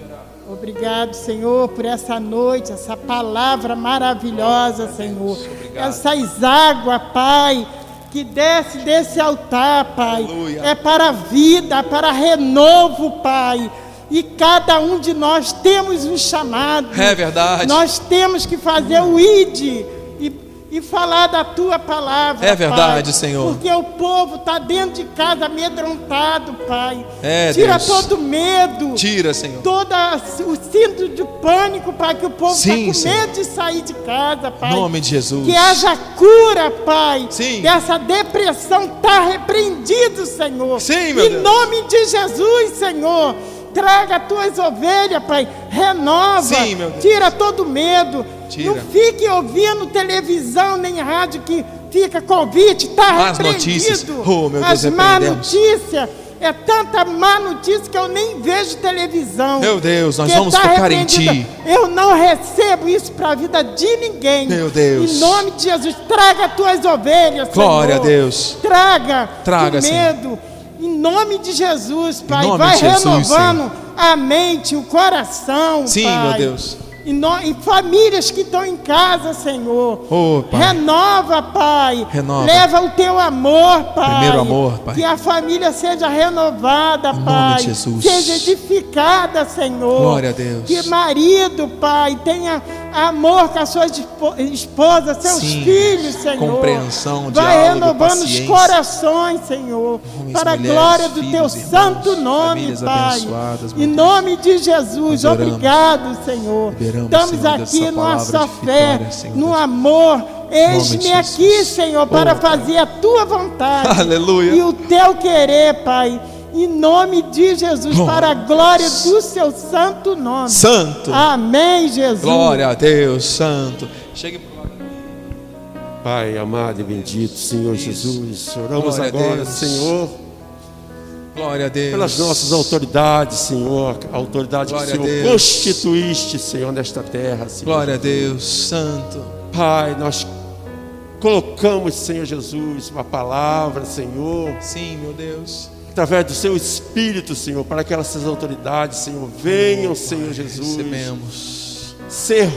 Obrigado, Senhor, por essa noite, essa palavra maravilhosa, Senhor. Essas águas, Pai, que desce desse altar, Pai, aleluia, é para a vida, para renovo, Pai. E cada um de nós temos um chamado. É verdade. Nós temos que fazer o I D e E falar da Tua palavra, é verdade, Pai, Senhor. porque o povo está dentro de casa amedrontado, Pai. É, Tira Deus. todo medo. Tira, Senhor. Todo o cinto de pânico, Pai, que o povo está com Senhor, medo de sair de casa, Pai. Em nome de Jesus. Que haja cura, Pai. Sim. Dessa depressão, está repreendido, Senhor. Sim, meu em Deus. nome de Jesus, Senhor. Traga as tuas ovelhas, Pai. Renova. Sim, meu Deus. Tira todo medo. Tira. Não fique ouvindo televisão nem rádio que fica convite, está Más repreendido. notícias. Oh, meu Deus, As má repreendemos. notícias, é tanta má notícia que eu nem vejo televisão. Meu Deus, nós que vamos tá focar em repreendida. Ti. Eu não recebo isso para a vida de ninguém. Meu Deus. Em nome de Jesus, traga as tuas ovelhas, Glória Senhor. a Deus. Traga, Traga, o medo. Em nome de Jesus, Pai. nome Vai de Jesus, renovando Senhor. a mente, o coração, Sim, Pai. meu Deus. E, no, e famílias que estão em casa, Senhor. Oh, Pai. Renova, Pai. Renova. Leva o Teu amor, Pai. Primeiro amor, Pai. Que a família seja renovada, Em Pai. nome de Jesus. Seja edificada, Senhor. Glória a Deus. Que marido, Pai, tenha amor com a sua espo- esposa, seus Sim. filhos, Senhor. Compreensão, Vai diálogo, renovando paciência. os corações, Senhor. Homens, Para a mulheres, glória do filhos, Teu irmãos, santo nome, famílias Pai. abençoadas, meu Em Deus. nome de Jesus, Nós oramos. obrigado, Senhor. Liberamos, Estamos Senhor, aqui dessa numa palavra só de fé, vitória, Senhor no Deus. amor. nome de Eis-me Jesus. aqui, Senhor, para Oh, Pai. fazer a Tua vontade. Aleluia. E o Teu querer, Pai. Em nome de Jesus, Glória para a a glória Deus. do Seu santo nome. Santo. Amém, Jesus. Glória a Deus, Santo. Chegue pro lado. Pai amado e bendito, Senhor Isso. Jesus, oramos Glória a agora, Deus. Senhor, Glória a Deus. pelas nossas autoridades, Senhor, a autoridade Glória que a o Senhor Deus. constituíste, Senhor, nesta terra, Senhor. Glória a Deus, Santo. Pai, nós colocamos, Senhor Jesus, uma palavra, Senhor, Sim, meu Deus. através do Seu Espírito, Senhor, para que essas autoridades, Senhor, venham, Senhor Jesus, Recebemos. ser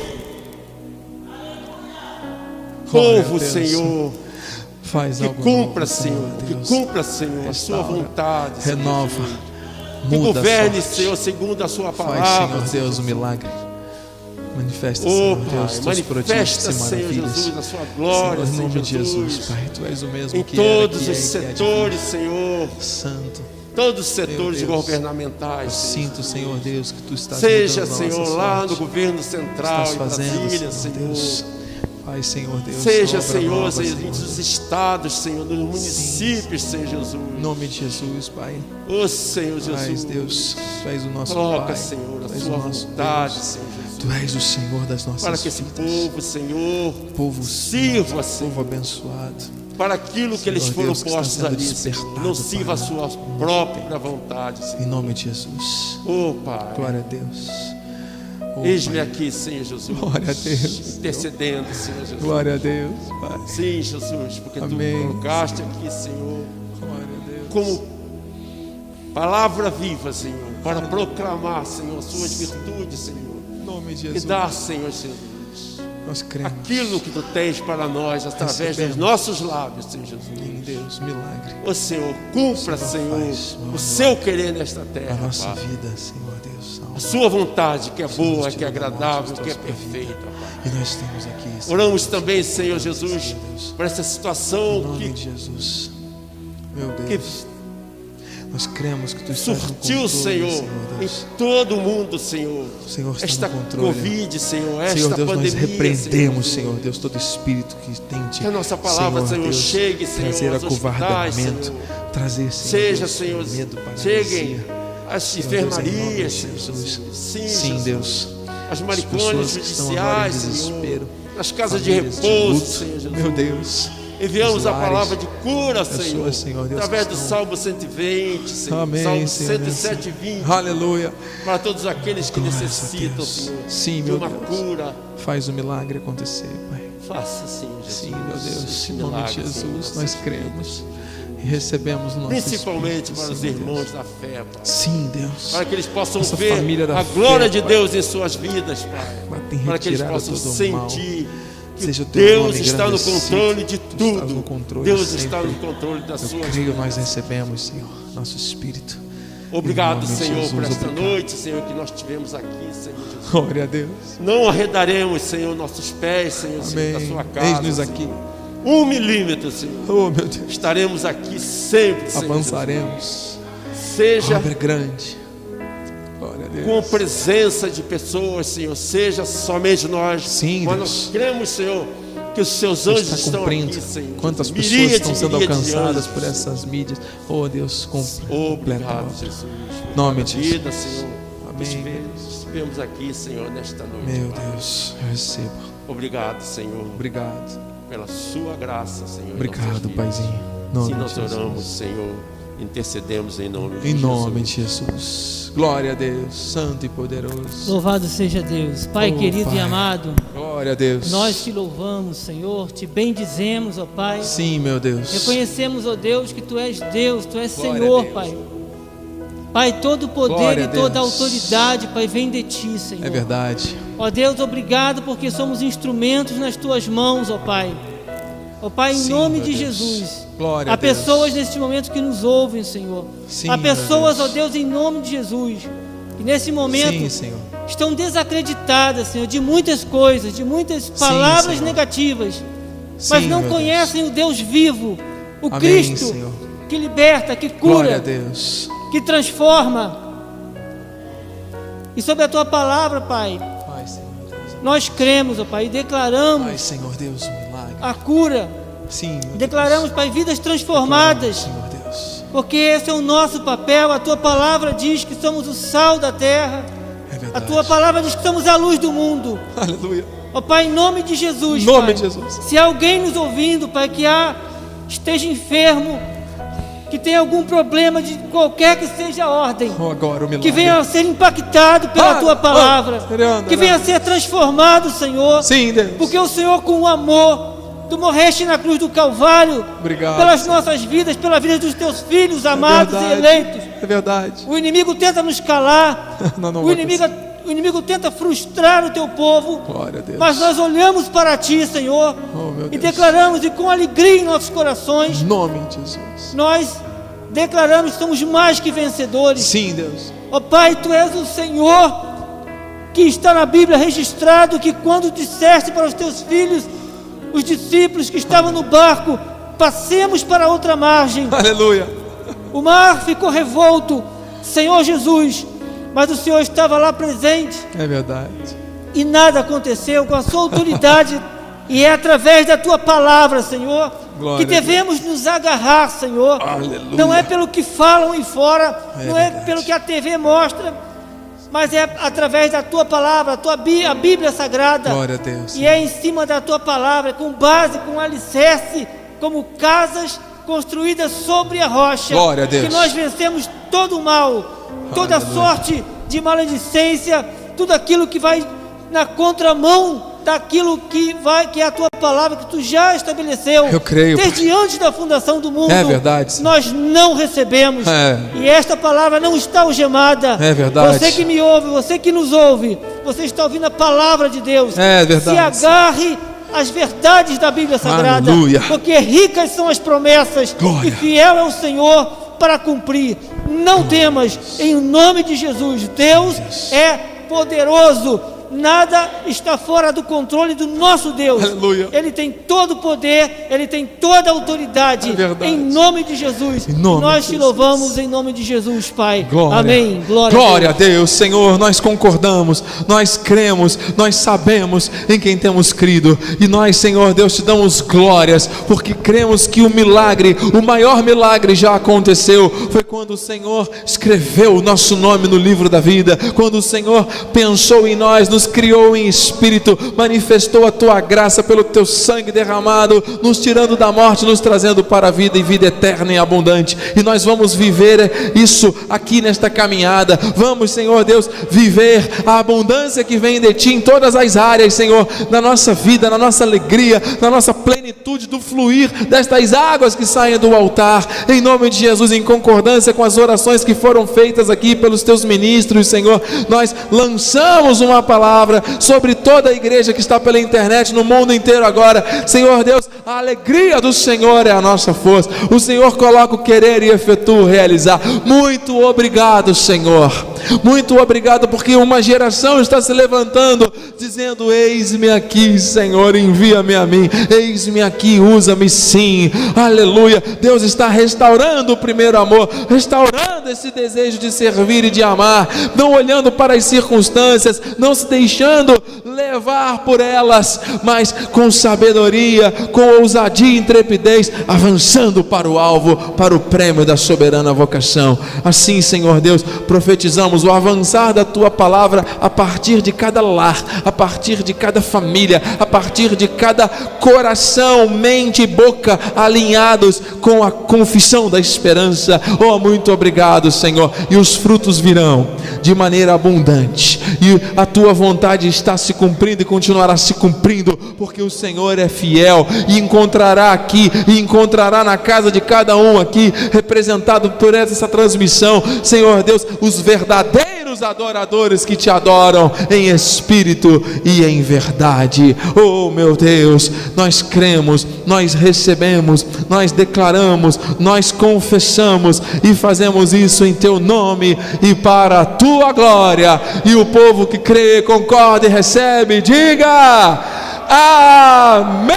Glória a povo, Deus. Senhor, Faz que algo cumpra, novo, Senhor, que Deus. cumpra, Senhor, a Sua Restaura, vontade, Senhor renova, Jesus. Que muda a governe, sorte. Senhor, segundo a Sua Faz, palavra, Senhor Deus, o milagre. Manifesta, Oh, Senhor Pai, Deus, teus prodígios manifesta, e Senhor maravilhas. Jesus, a sua glória, Senhor, em nome Senhor de Jesus, Jesus, Pai, Tu és o mesmo em que era, todos que é os e que há de vir. setores, Senhor, Santo, todos os setores Deus, governamentais. eu Senhor. sinto, Senhor Deus, que Tu estás Seja, mudando a Senhor, nossa lá sorte. no governo central, Estás em fazendo, Brasília, Senhor Senhor. Deus. Pai, Senhor Deus, Seja, obra Senhor, nova, Senhor, Senhor nos Deus. estados, Senhor, nos municípios, Senhor Jesus. Em nome de Jesus, Pai. Ô, Senhor Tu és Jesus, Deus, Tu és o nosso coloca, Pai. Senhor, a Tu és sua o nosso vontade, Deus. Senhor Jesus. Tu és o Senhor das nossas Para que esse vidas. povo, Senhor, Povo sirva, santo, Senhor, povo abençoado. para aquilo que Senhor eles foram Deus, que está postos sendo ali, Senhor. despertado, Não sirva a Pai. sua própria vontade, Em Senhor. nome de Jesus. Ô, Pai, Glória a Deus. Oh, eis-me Pai. aqui, Senhor Jesus. Glória a Deus. Intercedendo, Senhor Jesus. Glória a Deus, Pai. Sim, Jesus, porque Amém. tu colocaste aqui, Senhor, Glória a Deus. como palavra viva, Senhor, para proclamar, Senhor, as suas virtudes, Senhor, Em nome de e Jesus. dar, Senhor Jesus, Nós cremos aquilo que tu tens para nós através Recebemos. dos nossos lábios, Senhor Jesus. em Deus, milagre. Ô Senhor, cumpra, O Senhor Senhor, faz, o meu seu querer nesta A terra, nossa Pai. vida, Senhor Deus. A sua vontade, que é Senhor, boa, nos que é tirou da morte, agradável, nos que é trouxe pra vida. perfeita, Pai. E nós estamos aqui, Senhor. Oramos também, Senhor Jesus, Senhor Deus. por essa Em situação nome que, de Jesus. Meu que Deus. Nós cremos que Tu estás no surtiu, controle, Senhor, Senhor em Deus. todo o mundo, Senhor. O Senhor está Esta no controle. Covid, Senhor, esta Senhor Deus, pandemia, nós repreendemos, Senhor, Senhor Deus, todo espírito que tente, que a nossa palavra, Senhor, Deus, chegue, Senhor, trazer aos acovardamento, hospitais, Senhor. trazer, Senhor, Seja, Deus, Senhor, medo, paralisia. cheguem as Senhor Deus, em nome enfermarias, de Senhor. Jesus. Sim, Sim, Jesus. Deus. As As mariconas pessoas que estão agora em judiciais, desespero, Senhor, nas casas de famílias repouso, luto. Senhor Jesus. Meu Deus. Enviamos Os a lares, palavra de cura, pessoas, Senhor, Senhor Deus, através que do estão- Salmo cento e vinte, Senhor, Amém, Salmo Senhor cento e Deus. sete e vinte, Aleluia. para todos aqueles que Glórias a necessitam, Deus. Senhor, Sim, de meu uma Deus. cura. Faz o milagre acontecer, Pai. Faça, Senhor Jesus. Sim, meu Deus. esse Em nome de milagre, Senhor, Jesus, nessas nós vidas. cremos e recebemos o nosso Principalmente espírito, para os Senhor irmãos Deus. da fé, Pai. Sim, Deus. Para que eles possam Nossa ver família da a glória fé, de Pai. Deus em suas vidas, Pai. Batem Para que eles retirada possam todo o mal. sentir que Seja o teu Deus nome está no engrandecido. controle de Tu estás tudo. no controle Deus sempre. está no controle das Eu suas creio, vidas. nós recebemos, Senhor, nosso espírito. Obrigado, Em nome de Senhor, Jesus, por esta obrigado. noite, Senhor, que nós tivemos aqui, Senhor Jesus. Glória a Deus. Não arredaremos, Senhor, nossos pés, Senhor, Senhor, da Amém. sua casa. Eis-nos Senhor. aqui. Um milímetro, Senhor. Oh, meu Deus. Estaremos aqui sempre, Senhor. Avançaremos. Jesus. Seja Obra grande. Glória a Deus. com presença de pessoas, Senhor. Seja somente nós. Sim, Mas Deus. nós cremos, Senhor, que os seus Deus anjos está estão cumprindo. aqui, Senhor. Quantas Jesus. pessoas Miríade, estão sendo miríade de alcançadas anjos. por essas mídias. Oh, Deus, completa a Obrigado, obra. Jesus. por Nome cada de vida, Jesus. Senhor. Amém. Que estivemos aqui, Senhor, nesta noite. Meu Pai. Deus, eu recebo. Obrigado, Senhor, Obrigado. pela sua graça, Senhor. em Obrigado, nossas vidas. Paizinho. Em Sim, nome nós de oramos, Jesus. Senhor. Intercedemos em nome de Em Jesus. nome de Jesus. Glória a Deus, santo e poderoso. Louvado seja Deus. Pai Oh, querido Pai. e amado, Glória a Deus. nós te louvamos, Senhor, te bendizemos, ó Pai. Sim, meu Deus. Reconhecemos, ó Deus, que Tu és Deus, Tu és Glória a Senhor, Deus. Pai. Pai, todo o poder Glória a e toda a Deus. autoridade, Pai, vem de Ti, Senhor. É verdade. Ó Deus, obrigado porque somos instrumentos nas Tuas mãos, ó Pai. Ó Pai, em Sim, nome meu de Deus. Jesus. Glória Há a Deus. pessoas neste momento que nos ouvem, Senhor. Sim, Há meu pessoas, Deus. ó Deus, em nome de Jesus, que nesse momento Sim, Senhor. estão desacreditadas, Senhor, de muitas coisas, de muitas palavras Senhor. negativas, mas Sim, não meu conhecem o Deus vivo, o Amém, Cristo, Senhor. que liberta, que Glória a cura, Deus. que transforma. E sobre a Tua palavra, Pai, Pai, Senhor Deus. nós cremos, ó Pai, e declaramos Pai, Senhor Deus, um milagre. a cura, Sim, meu declaramos, Deus. Pai, vidas Declaramos, transformadas, Senhor Deus. porque esse é o nosso papel. A Tua palavra diz que somos o sal da terra, É a verdade. Tua palavra diz que somos a luz do mundo. Aleluia. Ó Pai, em nome de Jesus, Em nome Pai, de Jesus. se há alguém nos ouvindo, Pai, que há, esteja enfermo, que tem algum problema de qualquer que seja a ordem, Oh, agora o milagre. que venha a ser impactado pela Ah, Tua palavra, oh, Fernanda, que venha a ser transformado, Senhor, Sim, Deus. porque o Senhor, com o amor, Tu morreste na cruz do Calvário, Obrigado, pelas Senhor. nossas vidas, pela vida dos Teus filhos amados é e verdade. eleitos. É verdade. O inimigo tenta nos calar, Não, não o, vai inimigo, o inimigo tenta frustrar o Teu povo, Glória a Deus. mas nós olhamos para Ti, Senhor, Oh, meu e Deus. declaramos, e com alegria em nossos corações, Em nome de Jesus. nós declaramos que somos mais que vencedores. Sim, Deus. Ó Pai, Tu és o Senhor que está na Bíblia registrado que quando disseste para os teus filhos, os discípulos que estavam no barco, passemos para outra margem. Aleluia. O mar ficou revolto, Senhor Jesus, mas o Senhor estava lá presente. É verdade. E nada aconteceu com a sua autoridade. E é através da tua palavra, Senhor, Glória que devemos nos agarrar, Senhor. Aleluia. Não é pelo que falam aí fora, É não é verdade. pelo que a T V mostra, mas é através da tua palavra, a tua Bí- a Bíblia Sagrada. Glória a Deus. E é em cima da tua palavra, com base, com alicerce, como casas construídas sobre a rocha, Glória a Deus. que nós vencemos todo o mal, toda Aleluia. sorte de maledicência, tudo aquilo que vai na contramão daquilo que vai, que é a tua palavra, que tu já estabeleceu. Eu creio, desde antes da fundação do mundo. É verdade, Senhor. Nós não recebemos. É. E esta palavra não está algemada. É verdade. Você que me ouve, você que nos ouve, você está ouvindo a palavra de Deus. É verdade. Se agarre às verdades da Bíblia Sagrada. Aleluia. Porque ricas são as promessas. Glória. E fiel é o Senhor para cumprir. Não temas, em nome de Jesus. Deus é poderoso. Nada está fora do controle do nosso Deus. Aleluia. Ele tem todo o poder, Ele tem toda a autoridade. É verdade. Em nome de Jesus. Em nome Nós de te Jesus. louvamos em nome de Jesus, Pai. Glória. Amém. Glória, Glória a a Deus, Senhor, nós concordamos, nós cremos, nós sabemos em quem temos crido, e nós, Senhor Deus, te damos glórias, porque cremos que o milagre, o maior milagre já aconteceu, foi quando o Senhor escreveu o nosso nome no livro da vida, quando o Senhor pensou em nós, nos criou em espírito, manifestou a tua graça pelo teu sangue derramado, nos tirando da morte, nos trazendo para a vida e vida eterna e abundante, e nós vamos viver isso aqui nesta caminhada. Vamos, Senhor Deus, viver a abundância que vem de ti em todas as áreas, Senhor, na nossa vida, na nossa alegria, na nossa plenitude, do fluir destas águas que saem do altar, em nome de Jesus, em concordância com as orações que foram feitas aqui pelos teus ministros, Senhor. Nós lançamos uma palavra sobre toda a igreja que está pela internet, no mundo inteiro agora. Senhor Deus, a alegria do Senhor é a nossa força. O Senhor coloca o querer e efetua o realizar. Muito obrigado, Senhor. Muito obrigado, porque uma geração está se levantando, dizendo: eis-me aqui, Senhor, envia-me a mim, eis-me aqui, usa-me sim. Aleluia. Deus está restaurando o primeiro amor, restaurando esse desejo de servir e de amar, não olhando para as circunstâncias, não se deixando levar por elas, mas com sabedoria, com ousadia e intrepidez, avançando para o alvo, para o prêmio da soberana vocação. Assim, Senhor Deus, profetizamos o avançar da tua palavra a partir de cada lar, a partir de cada família, a partir de cada coração, mente e boca alinhados com a confissão da esperança. Oh, muito obrigado, Senhor. E os frutos virão de maneira abundante, e a tua vontade está se cumprindo e continuará se cumprindo, porque o Senhor é fiel, e encontrará aqui, e encontrará na casa de cada um aqui, representado por essa transmissão, Senhor Deus, os verdadeiros adoradores que te adoram em espírito e em verdade. Oh, meu Deus, nós cremos, nós recebemos, nós declaramos, nós confessamos e fazemos isso em teu nome e para a tua glória. E o povo que crê, concorda e recebe, diga amém,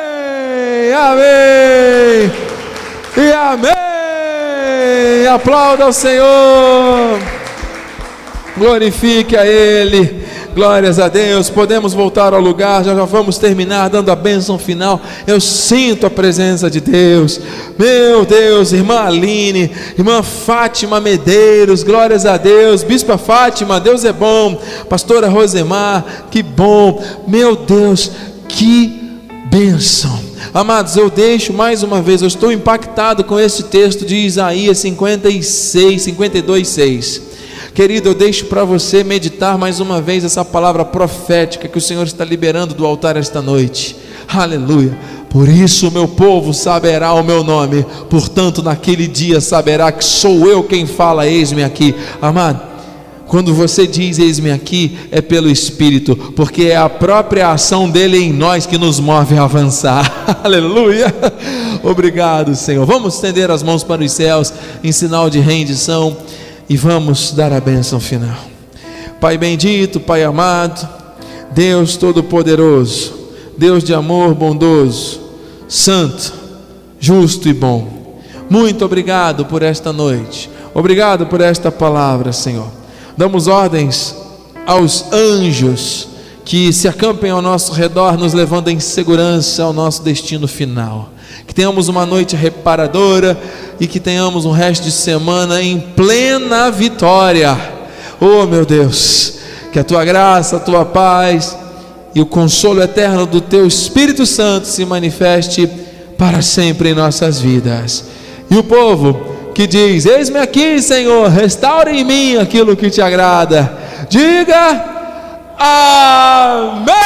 amém e amém. Aplauda ao Senhor, glorifique a Ele. Glórias a Deus. Podemos voltar ao lugar, já já vamos terminar dando a bênção final. Eu sinto a presença de Deus, meu Deus. Irmã Aline, irmã Fátima Medeiros, glórias a Deus. Bispa Fátima, Deus é bom. Pastora Rosemar, que bom, meu Deus, que bênção. Amados, eu deixo mais uma vez, eu estou impactado com esse texto de Isaías cinquenta e seis, cinquenta e dois, seis. Querido, eu deixo para você meditar mais uma vez essa palavra profética que o Senhor está liberando do altar esta noite. Aleluia. Por isso o meu povo saberá o meu nome, portanto naquele dia saberá que sou eu quem fala, eis-me aqui. Amado, quando você diz eis-me aqui, é pelo Espírito, porque é a própria ação dele em nós que nos move a avançar. Aleluia. Obrigado, Senhor. Vamos estender as mãos para os céus em sinal de rendição e vamos dar a bênção final. Pai bendito, Pai amado, Deus Todo-Poderoso, Deus de amor bondoso, santo, justo e bom, muito obrigado por esta noite, obrigado por esta palavra, Senhor. Damos ordens aos anjos que se acampem ao nosso redor, nos levando em segurança ao nosso destino final. Que tenhamos uma noite reparadora e que tenhamos um resto de semana em plena vitória. Oh meu Deus, que a tua graça, a tua paz e o consolo eterno do teu Espírito Santo se manifeste para sempre em nossas vidas. E o povo que diz: eis-me aqui, Senhor, restaura em mim aquilo que te agrada, diga amém,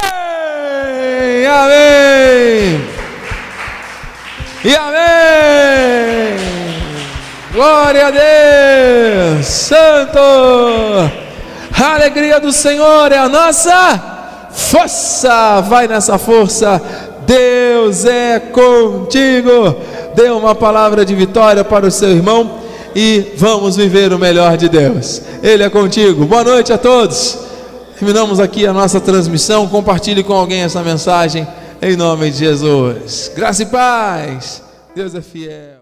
amém e amém. Glória a Deus, santo. A alegria do Senhor é a nossa força. Vai nessa força, Deus é contigo. Dê uma palavra de vitória para o seu irmão e vamos viver o melhor de Deus. Ele é contigo. Boa noite a todos. Terminamos aqui a nossa transmissão. Compartilhe com alguém essa mensagem em nome de Jesus. Graça e paz. Deus é fiel.